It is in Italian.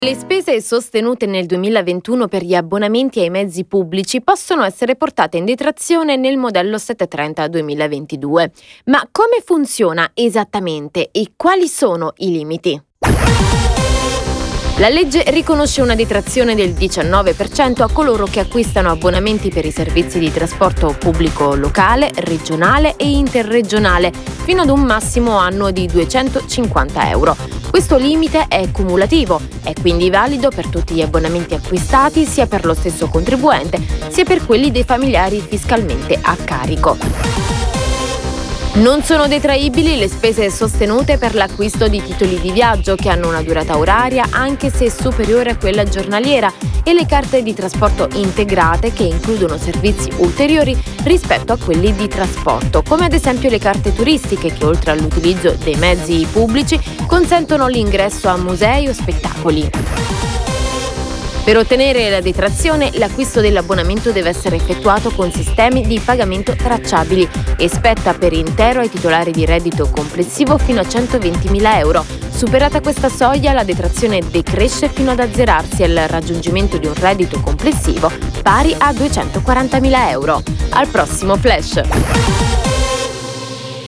Le spese sostenute nel 2021 per gli abbonamenti ai mezzi pubblici possono essere portate in detrazione nel modello 730 2022. Ma come funziona esattamente e quali sono i limiti? La legge riconosce una detrazione del 19% a coloro che acquistano abbonamenti per i servizi di trasporto pubblico locale, regionale e interregionale, fino ad un massimo annuo di €250. Questo limite è cumulativo, è quindi valido per tutti gli abbonamenti acquistati sia per lo stesso contribuente, sia per quelli dei familiari fiscalmente a carico. Non sono detraibili le spese sostenute per l'acquisto di titoli di viaggio che hanno una durata oraria anche se superiore a quella giornaliera e le carte di trasporto integrate che includono servizi ulteriori rispetto a quelli di trasporto, come ad esempio le carte turistiche che oltre all'utilizzo dei mezzi pubblici consentono l'ingresso a musei o spettacoli. Per ottenere la detrazione, l'acquisto dell'abbonamento deve essere effettuato con sistemi di pagamento tracciabili e spetta per intero ai titolari di reddito complessivo fino a €120.000. Superata questa soglia, la detrazione decresce fino ad azzerarsi al raggiungimento di un reddito complessivo pari a €240.000. Al prossimo flash!